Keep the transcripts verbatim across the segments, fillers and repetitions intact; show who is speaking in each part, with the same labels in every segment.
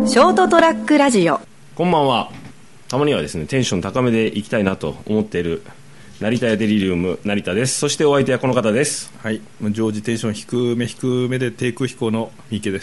Speaker 1: ショートトラックラジオ。
Speaker 2: こんばんは。たまにはですねテンション高めでいきたいなと思っている成田屋デリリウム成田です。そしてお相手はこの方です。
Speaker 3: はい、常時テンション低め低めで低空飛行の三池です。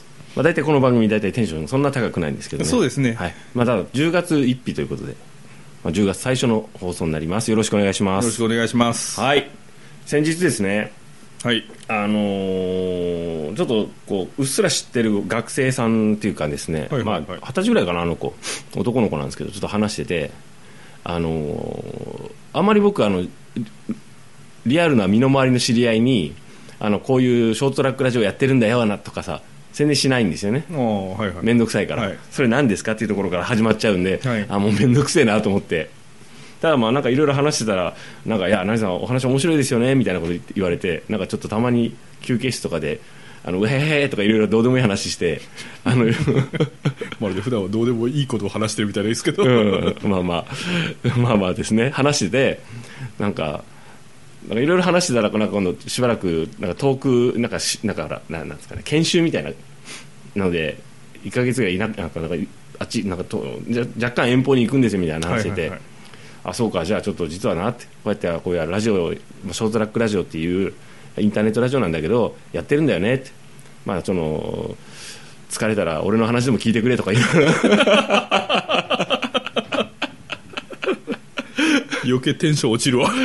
Speaker 2: まあ、大体この番組大体テンションそんな高くないんですけどね。
Speaker 3: そうですね、
Speaker 2: はい。まあ、ただじゅうがつついたちということで、まあ、じゅうがつ最初の放送になります。よろしくお願いします。
Speaker 3: よろしくお願いします。
Speaker 2: はい。先日ですね、
Speaker 3: はい
Speaker 2: あのー、ちょっとこううっすら知ってる学生さんっていうかですね、
Speaker 3: はいはいはい、
Speaker 2: まあ、はたちぐらいかな、あの子男の子なんですけど、ちょっと話してて、あのー、あまり僕あのリアルな身の回りの知り合いにあのこういうショートトラックラジオやってるんだよなとかさ宣伝しないんですよね。
Speaker 3: はいはい、
Speaker 2: めんどくさいから、はい、それ何ですかっていうところから始まっちゃうんで、はい、あもうめんどくせえなと思って、ただまあなんかいろいろ話してたらなんかいや成さんお話面白いですよねみたいなこと言われて、なんかちょっとたまに休憩室とかであのうへへとかいろいろどうでもいい話してあの
Speaker 3: まるで普段はどうでもいいことを話してるみたいですけど、
Speaker 2: うん、まあまあまあまあですね、話しててなんかいろいろ話してたらなんか今度しばらくなんか遠くなんかしなんかなんですかね、研修みたいなのでいっかげつぐらいいななんかなんかあっちなんかと若干遠方に行くんですよみたいな話してて、はいはいはい、あそうかじゃあちょっと実はなってこうやってこういうラジオショートトラックラジオっていうインターネットラジオなんだけどやってるんだよねって、まあその疲れたら俺の話でも聞いてくれとか言う
Speaker 3: 余計テンション落ちるわ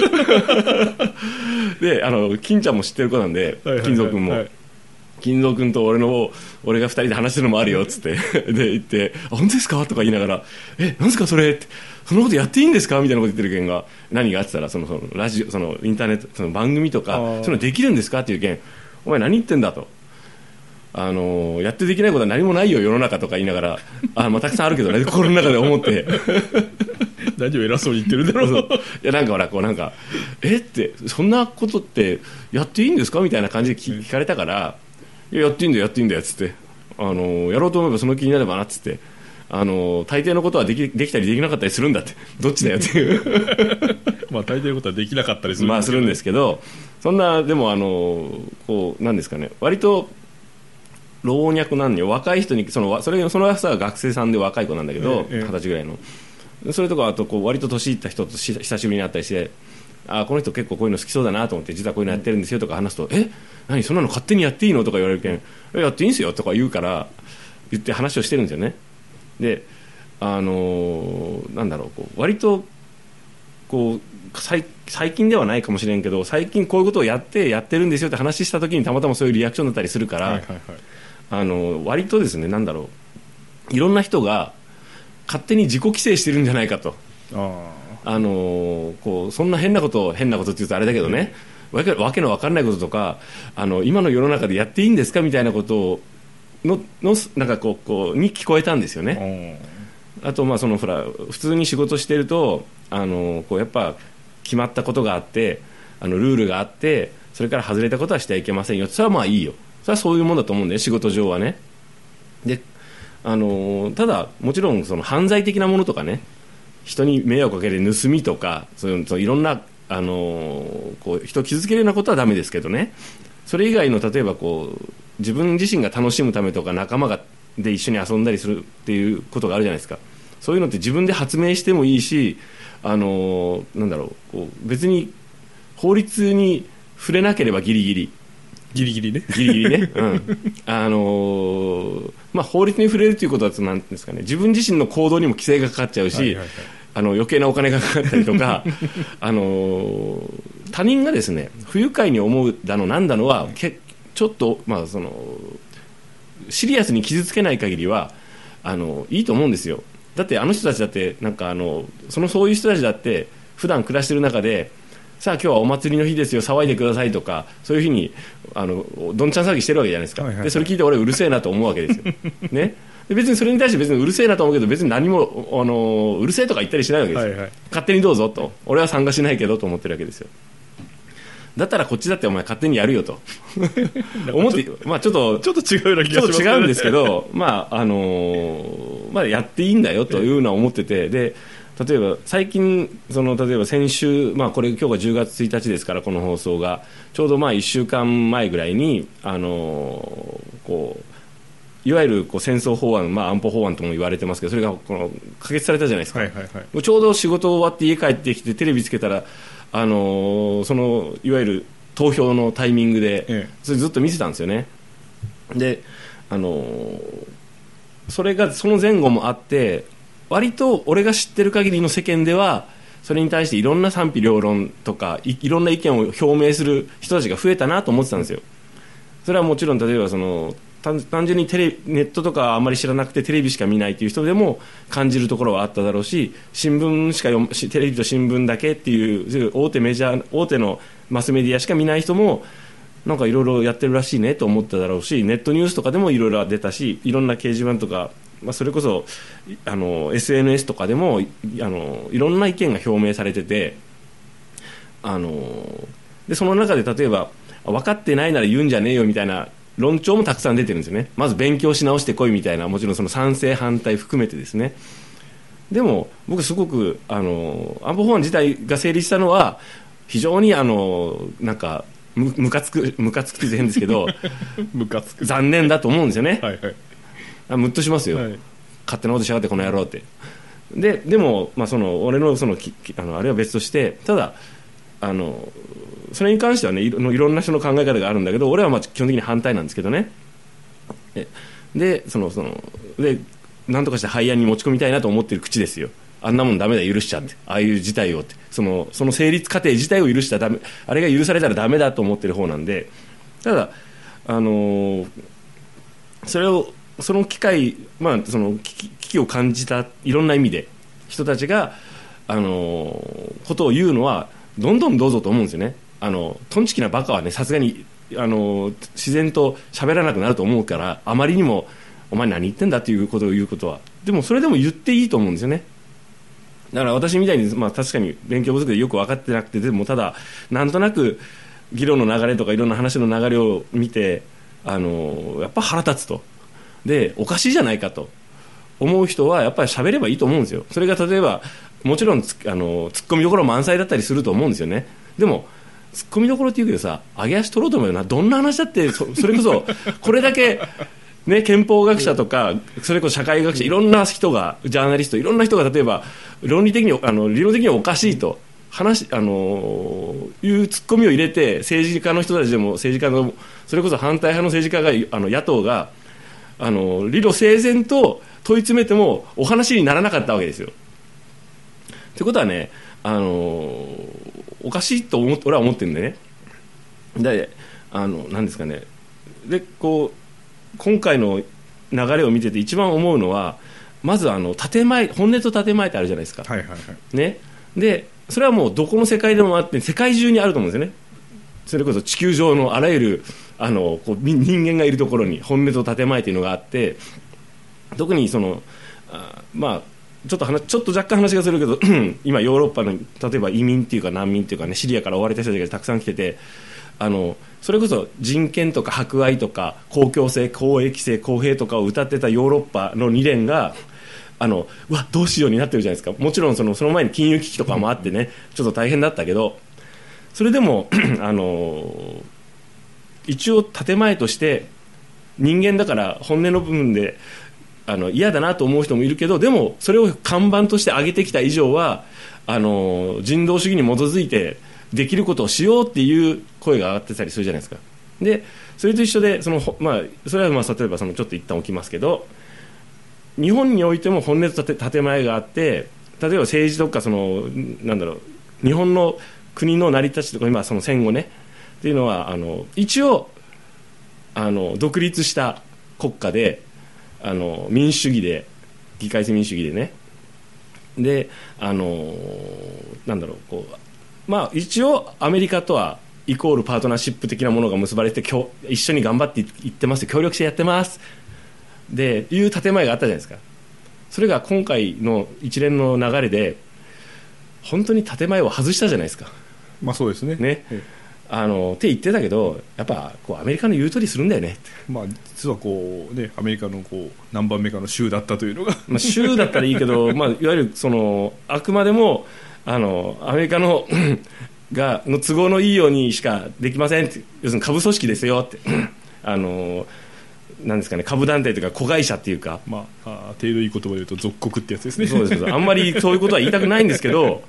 Speaker 2: であの金ちゃんも知ってる子なんで、はいはいはいはい、金蔵君も、はい、金蔵君と俺の俺がふたりで話してるのもあるよっつってで言ってあ本当ですかとか言いながらえなんですかそれってそのことやっていいんですかみたいなこと言ってる件が何があってたらそのそのラジオそのインターネットその番組とかそういうのできるんですかっていう件、お前何言ってんだと、あのやってできないことは何もないよ世の中とか言いながらあ、まあ、たくさんあるけどね心の中で思って
Speaker 3: 何を偉そうに言ってるんだろう。
Speaker 2: そういやなんかほらこうなんかえってそんなことってやっていいんですかみたいな感じで 聞, 聞かれたからいややっていいんだよやっていいんだよっつってあのやろうと思えばその気になればなっつってあの大抵のことはで き, できたりできなかったりするんだってどっちだよっていう
Speaker 3: まあ大抵のことはできなかったりするんですけど、
Speaker 2: まあ、するんですけどそんなでもあのこうなんですかね割と老若男女若い人にそのそれその人は学生さんで若い子なんだけど二十、ええ、歳ぐらいのそれとかあとこう割と年いった人とし久しぶりに会ったりしてあこの人結構こういうの好きそうだなと思って実はこういうのやってるんですよとか話すとえ何そんなの勝手にやっていいのとか言われるけんえやっていいんすよとか言うから言って話をしてるんですよね。であのー、なんだろうこう割とこう最最近ではないかもしれんけど最近こういうことをやってやってるんですよって話した時にたまたまそういうリアクションだったりするから、はいはいはい、あの割とですねなんだろういろんな人が勝手に自己規制してるんじゃないかと、ああのこうそんな変なこと変なことって言うとあれだけどね、うん、わけわけの分からないこととかあの今の世の中でやっていいんですかみたいなことをののなんかこうこうに聞こえたんですよね。あとまあそのほら普通に仕事してるとあのこうやっぱ決まったことがあってあのルールがあってそれから外れたことはしてはいけませんよ。それはまあいいよ。それはそういうもんだと思うんだよ仕事上はね。であのただもちろんその犯罪的なものとかね人に迷惑をかける盗みとかそういうそういろんなあのこう人を傷つけるようなことはダメですけどね、それ以外の例えばこう自分自身が楽しむためとか仲間がで一緒に遊んだりするっていうことがあるじゃないですか。そういうのって自分で発明してもいいしあのなんだろう、こう別に法律に触れなければギリギリ
Speaker 3: ギリギリね
Speaker 2: ギリギリね、うんあのまあ、法律に触れるということはなんですかね、自分自身の行動にも規制がかかっちゃうし、はいはいはい、あの余計なお金がかかったりとかあの他人がですね不愉快に思うだのなんだのはけちょっと、まあ、そのシリアスに傷つけない限りはあのいいと思うんですよ。だってあの人たちだってなんかあのそのそういう人たちだって普段暮らしてる中でさあ今日はお祭りの日ですよ騒いでくださいとかそういうふうにあのどんちゃん騒ぎしてるわけじゃないですか、はいはいはい、でそれ聞いて俺うるせえなと思うわけですよ、ね、で別にそれに対して別にうるせえなと思うけど別に何もあのうるせえとか言ったりしないわけですよ、はいはい、勝手にどうぞと俺は参加しないけどと思ってるわけですよ。だったらこっちだってお前勝手にやるよと思って、まあ、ちょっと
Speaker 3: ちょっと違うような気がしますね。
Speaker 2: ちょっと違うんですけど、まああのまあ、やっていいんだよというのは思ってて、で例えば最近その例えば先週、まあ、これ今日がじゅうがつついたちですからこの放送がちょうどまあいっしゅうかんまえぐらいにあのこういわゆるこう戦争法案、まあ、安保法案とも言われてますけど、それがこの可決されたじゃないですか、
Speaker 3: はいはいはい、
Speaker 2: ちょうど仕事終わって家帰ってきてテレビつけたら、あのー、そのいわゆる投票のタイミングで、ええ、それずっと見てたんですよね。で、あのー、それがその前後もあって、割と俺が知ってる限りの世間ではそれに対していろんな賛否両論とか い, いろんな意見を表明する人たちが増えたなと思ってたんですよ。それはもちろん例えばその単純にテレネットとかあんまり知らなくてテレビしか見ないという人でも感じるところはあっただろうし、新聞しか読むテレビと新聞だけっていう大手メジャー大手のマスメディアしか見ない人もなんかいろいろやってるらしいねと思っただろうし、ネットニュースとかでもいろいろ出たし、いろんな掲示板とか、まあ、それこそあの エスエヌエス とかでもあのいろんな意見が表明されてて、あのでその中で例えば分かってないなら言うんじゃねえよみたいな論調もたくさん出てるんですよね。まず勉強し直してこいみたいな、もちろんその賛成反対含めてですね。でも僕すごくあの安保法案自体が成立したのは非常にあのなんかむむかつくむかつくって変ですけど
Speaker 3: むかつく
Speaker 2: 残念だと思うんですよね。
Speaker 3: はいはい、
Speaker 2: あムッとしますよ、はい、勝手なことしやがってこの野郎って。ででも、まあ、その俺のそのきあのあれは別として、ただあのそれに関してはねいろ、いろんな人の考え方があるんだけど、俺はまあ基本的に反対なんですけどね。でそのそのでなんとかして廃案に持ち込みたいなと思ってる口ですよ。あんなもんダメだ許しちゃって、ああいう事態をって、そのその成立過程自体を許したらダメ、あれが許されたらダメだと思ってる方なんで、ただあのー、それをその機会、まあ、その危機、危機を感じたいろんな意味で人たちがあのー、ことを言うのはどんどんどうぞと思うんですよね。あのトンチキなバカはねさすがにあの自然と喋らなくなると思うから、あまりにもお前何言ってんだということを言うことは、でもそれでも言っていいと思うんですよね。だから私みたいに、まあ、確かに勉強不足でよく分かってなくて、でもただなんとなく議論の流れとかいろんな話の流れを見て、あのやっぱ腹立つと、でおかしいじゃないかと思う人はやっぱり喋ればいいと思うんですよ。それが例えばもちろんあのツッコミどころ満載だったりすると思うんですよね。でもツッコミどころっていうけどさ、上げ足取ろうと思うよな、どんな話だって そ, それこそこれだけね、憲法学者とかそれこそ社会学者いろんな人がジャーナリストいろんな人が例えば論理的にあの理論的にはおかしいと話あのいうツッコミを入れて、政治家の人たちでも政治家のそれこそ反対派の政治家があの野党があの理路整然と問い詰めてもお話にならなかったわけですよ。ということはね、あのおかしいと思って俺は思ってるんでね。であのなんですかね、でこう今回の流れを見てて一番思うのは、まずあの建前本音と建前ってあるじゃないですか、
Speaker 3: はいはいはい
Speaker 2: ね、でそれはもうどこの世界でもあって世界中にあると思うんですよね。それこそ地球上のあらゆるあのこう人間がいるところに本音と建前というのがあって、特にそのあまあちょっと話ちょっと若干話がするけど今ヨーロッパの例えば移民っていうか難民っていうかね、シリアから追われた人たちがたくさん来てて、あのそれこそ人権とか博愛とか公共性公益性公平とかを歌ってたヨーロッパのに連があのうわどうしようになってるじゃないですか。もちろんその、その前に金融危機とかもあってねちょっと大変だったけど、それでもあの一応建前として人間だから本音の部分であの嫌だなと思う人もいるけど、でもそれを看板として上げてきた以上はあの人道主義に基づいてできることをしようっていう声が上がってたりするじゃないですか。でそれと一緒でその、まあ、それはまあ例えばそのちょっと一旦置きますけど、日本においても本音と建前があって、例えば政治とかそのなんだろう日本の国の成り立ちとか今その戦後ねっていうのはあの一応あの独立した国家であの民主主義で議会制民主主義でね、であのなんだろうこうまあ、一応アメリカとはイコールパートナーシップ的なものが結ばれて一緒に頑張っていってます、協力してやってますでいう建前があったじゃないですか。それが今回の一連の流れで本当に建前を外したじゃないですか。
Speaker 3: まあそうですね。
Speaker 2: ね、あのって言ってたけどやっぱこうアメリカの言う通りするんだよね。
Speaker 3: まあ実はこうねアメリカのこう何番目かの州だったというのが
Speaker 2: まあ州だったらいいけど、まあいわゆるそのあくまでもあのアメリカのがの都合のいいようにしかできませんって、要するに下部組織ですよってあのなんですかね、株団体というか子会社っていうか、
Speaker 3: まあ、あ程度いい言葉で言うと属国ってやつですね。
Speaker 2: そうですあんまりそういうことは言いたくないんですけど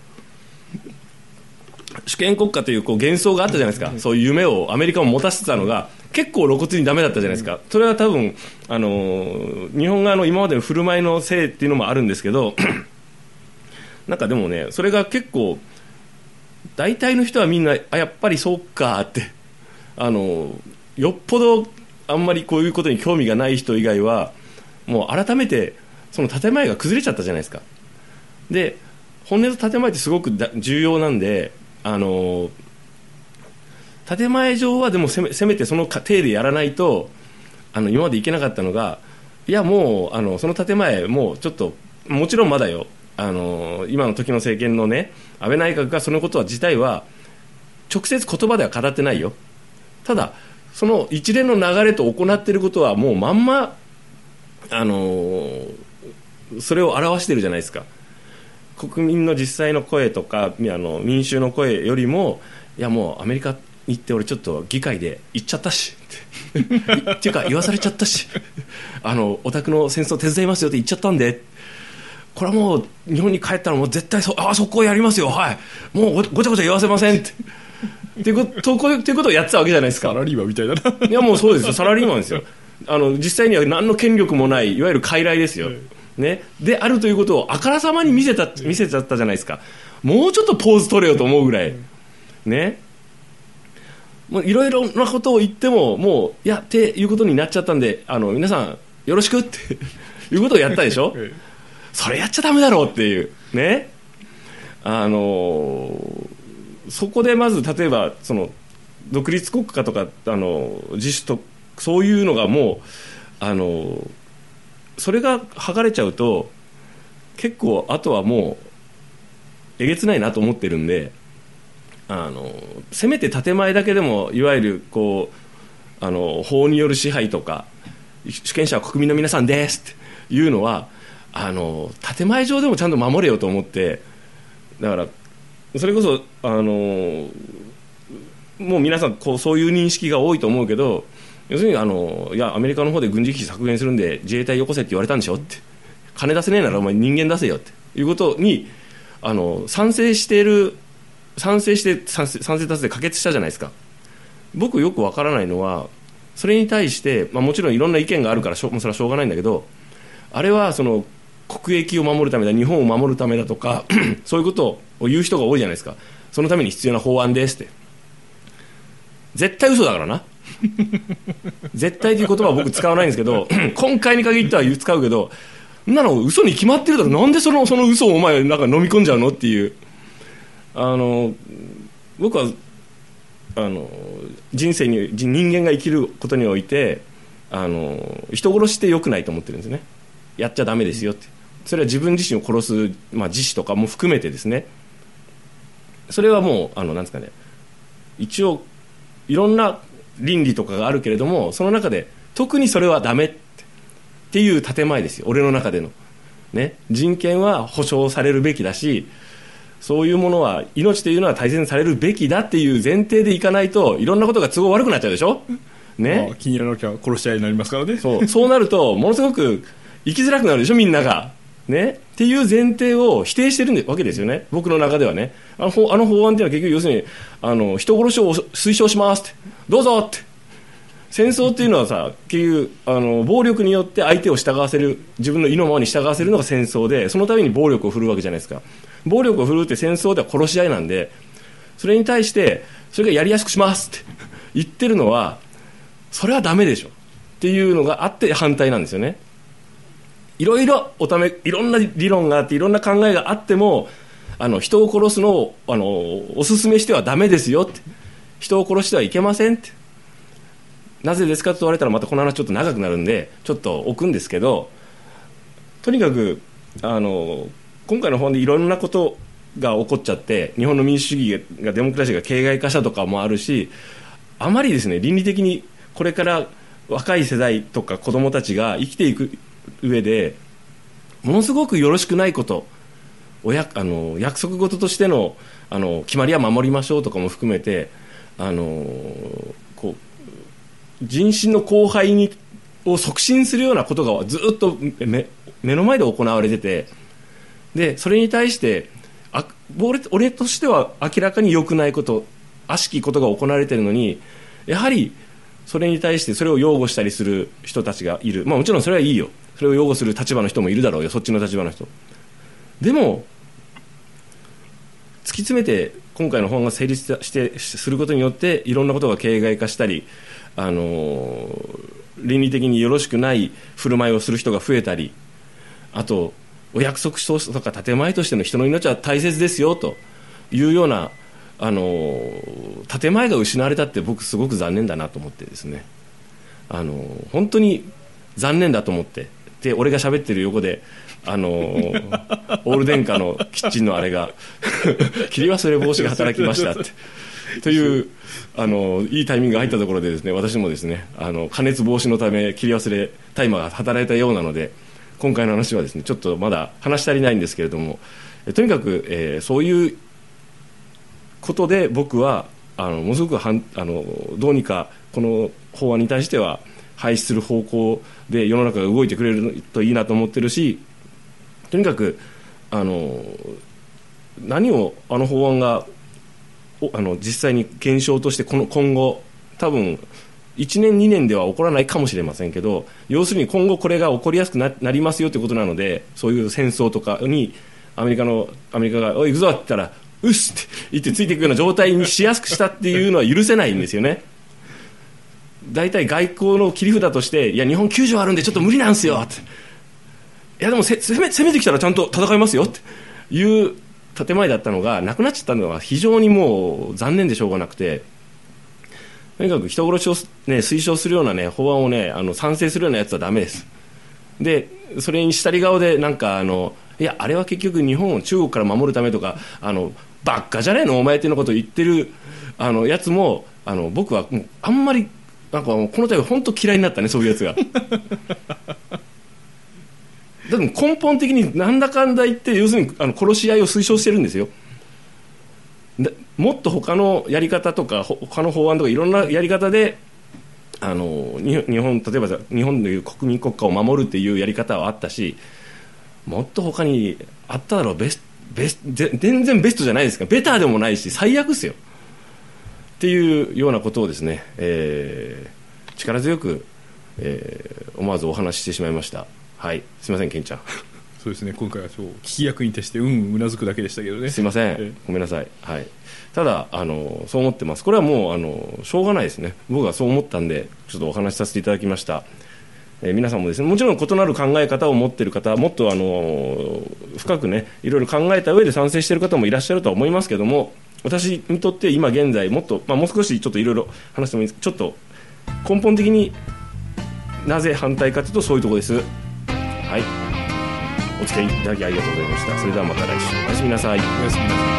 Speaker 2: 主権国家というこう幻想があったじゃないですか、そういう夢をアメリカも持たせてたのが結構露骨にダメだったじゃないですか。それは多分あの日本側の今までの振る舞いのせいっていうのもあるんですけどなんかでもね、それが結構大体の人はみんなあやっぱりそうかって、あのよっぽどあんまりこういうことに興味がない人以外はもう改めてその建前が崩れちゃったじゃないですか。で本音と建前ってすごく重要なんで、あの建前上はでもせ め, せめてその体でやらないとあの今までいけなかったのが、いやもうあのその建前もうちょっともちろんまだよ、あの今の時の政権のね安倍内閣がそのことは自体は直接言葉では語ってないよ。ただその一連の流れと行っていることはもうまんま、あのー、それを表しているじゃないですか。国民の実際の声とかあの民衆の声よりも、いやもうアメリカに行って俺ちょっと議会で言っちゃったしってっていうか言わされちゃったしあのお宅の戦争手伝いますよって言っちゃったんで、これはもう日本に帰ったらもう絶対 そ, あそこをやりますよ、はい、もう ご, ごちゃごちゃ言わせませんってっていうこと、っていうことをやってたわけじゃないですか。
Speaker 3: サラリーマンみたいだな。
Speaker 2: いやもうそうですよ、サラリーマンですよ。あの実際には何の権力もないいわゆる傀儡ですよ、ね、であるということをあからさまに見せた見せちゃったじゃないですか。もうちょっとポーズ取れよと思うぐらいね、もういろいろなことを言ってももういやっていうことになっちゃったんで、あの皆さんよろしくっていうことをやったでしょそれやっちゃダメだろうっていうね、あのーそこでまず例えばその独立国家とかあの自主とそういうのがもうあのそれが剥がれちゃうと結構あとはもうえげつないなと思ってるんで、あのせめて建前だけでもいわゆるこうあの法による支配とか主権者は国民の皆さんですっていうのはあの建前上でもちゃんと守れよと思って、だからそれこそあのもう皆さんこうそういう認識が多いと思うけど、要するにあのいやアメリカの方で軍事費削減するんで自衛隊よこせって言われたんでしょって、金出せねえならお前人間出せよっていうことにあの賛成している賛成して賛成賛成多数で可決したじゃないですか。僕よくわからないのはそれに対して、まあ、もちろんいろんな意見があるからしょそれはしょうがないんだけど、あれはその国益を守るためだ、日本を守るためだとかそういうことを言う人が多いじゃないですか。そのために必要な法案ですって。絶対嘘だからな絶対という言葉は僕使わないんですけど今回に限っては使うけど、そんなの嘘に決まってるだろ、なんでそのその嘘をお前なんか飲み込んじゃうのっていう、あの僕はあの人生に人間が生きることにおいてあの人殺しって良くないと思ってるんですね。やっちゃダメですよって。それは自分自身を殺す、まあ、自死とかも含めてですね、それはもうあのなんですかね、一応いろんな倫理とかがあるけれどもその中で特にそれはダメっていう建前ですよ、俺の中での、ね、人権は保障されるべきだし、そういうものは命というのは大切にされるべきだっていう前提でいかないといろんなことが都合悪くなっちゃうでしょ、ね、
Speaker 3: まあ、気に入らなきゃ殺し合いになりますからね。
Speaker 2: そう、そうなるとものすごく生きづらくなるでしょみんなが、ね、っていう前提を否定してるわけですよね、僕の中ではね。あの法、あの法案というのは結局要するにあの人殺しを推奨しますってどうぞって、戦争っていうのはさ結局あの暴力によって相手を従わせる、自分の意のままに従わせるのが戦争で、そのために暴力を振るうわけじゃないですか。暴力を振るうって戦争では殺し合いなんで、それに対してそれがやりやすくしますって言ってるのはそれはダメでしょっていうのがあって反対なんですよね。いろいろおためいろんな理論があっていろんな考えがあってもあの人を殺すのをあのお勧めしてはダメですよって、人を殺してはいけませんって、なぜですかと言われたらまたこの話ちょっと長くなるんでちょっと置くんですけど、とにかくあの今回の本でいろんなことが起こっちゃって日本の民主主義がデモクラシーが形骸化したとかもあるし、あまりですね倫理的にこれから若い世代とか子どもたちが生きていく上でものすごくよろしくないこと、おやあの約束事としての、あの決まりは守りましょうとかも含めて、あのこう人心の荒廃にを促進するようなことがずっと 目, 目の前で行われてて、でそれに対してあ 俺, 俺としては明らかに良くないこと、悪しきことが行われているのに、やはりそれに対してそれを擁護したりする人たちがいる。まあもちろんそれはいいよ、それを擁護する立場の人もいるだろうよ、そっちの立場の人。でも突き詰めて今回の法案が成立してすることによっていろんなことが形骸化したり、あの倫理的によろしくない振る舞いをする人が増えたり、あとお約束とか建前としての人の命は大切ですよというような、あの建前が失われたって僕すごく残念だなと思ってですね、あの本当に残念だと思って、で俺が喋ってる横であのオール電化のキッチンのあれが切り忘れ防止が働きましたってというあのいいタイミングが入ったところでですね、私もですねあの加熱防止のため切り忘れタイマーが働いたようなので、今回の話はですねちょっとまだ話し足りないんですけれども、えとにかく、えー、そういうことで僕はあのものすごくはんあのどうにかこの法案に対しては廃止する方向で世の中が動いてくれるといいなと思ってるし、とにかくあの何をあの法案があの実際に検証としてこの今後多分いちねんにねんでは起こらないかもしれませんけど、要するに今後これが起こりやすく な, なりますよということなので、そういう戦争とかにアメリカのアメリカがおい行くぞって言ったらうっすって言ってついていくような状態にしやすくしたっていうのは許せないんですよね。大体外交の切り札として、いや日本きゅうじょうあるんでちょっと無理なんですよって、いやでもせ攻め、攻めてきたらちゃんと戦いますよっていう建前だったのがなくなっちゃったのは非常にもう残念でしょうがなくて、とにかく人殺しを、ね、推奨するような、ね、法案を、ね、あの賛成するようなやつはダメです。でそれに下り顔でなんかあのいやあれは結局日本を中国から守るためとか、あのバッカじゃねえのお前っていうのことを言ってるあのやつも、あの僕はもうあんまりなんかこの度本当嫌いになったね、そういうやつが。でも根本的になんだかんだ言って要するにあの殺し合いを推奨してるんですよ。もっと他のやり方とか他の法案とかいろんなやり方であの日本例えば日本でいう国民国家を守るっていうやり方はあったし、もっと他にあっただろう。ベスベス全然ベストじゃないですか、ベターでもないし最悪ですよっていうようなことをですね、えー、力強く、えー、思わずお話ししてしまいました。はい、すいませんケンちゃん。
Speaker 3: そうですね、今回は聞き役に徹してうんうなずくだけでしたけどね。
Speaker 2: すいません、
Speaker 3: え
Speaker 2: ごめんなさい。はい、ただあのそう思ってます。これはもうあのしょうがないですね。僕はそう思ったんでちょっとお話しさせていただきました。えー、皆さんもですね、もちろん異なる考え方を持っている方、もっとあの深くねいろいろ考えた上で賛成している方もいらっしゃるとは思いますけども、私にとって今現在もっと、まあ、もう少しちょっといろいろ話してもいいですけど、ちょっと根本的になぜ反対かというとそういうところです。はい、お付き合いいただきありがとうございました。それではまた来週、おやすみなさい。
Speaker 3: おやすみなさい。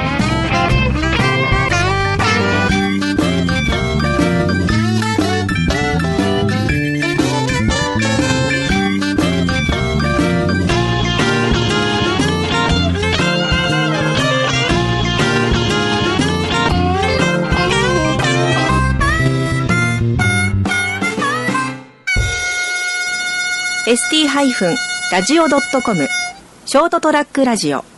Speaker 1: エスティー ラジオ ドットコム ショートトラックラジオ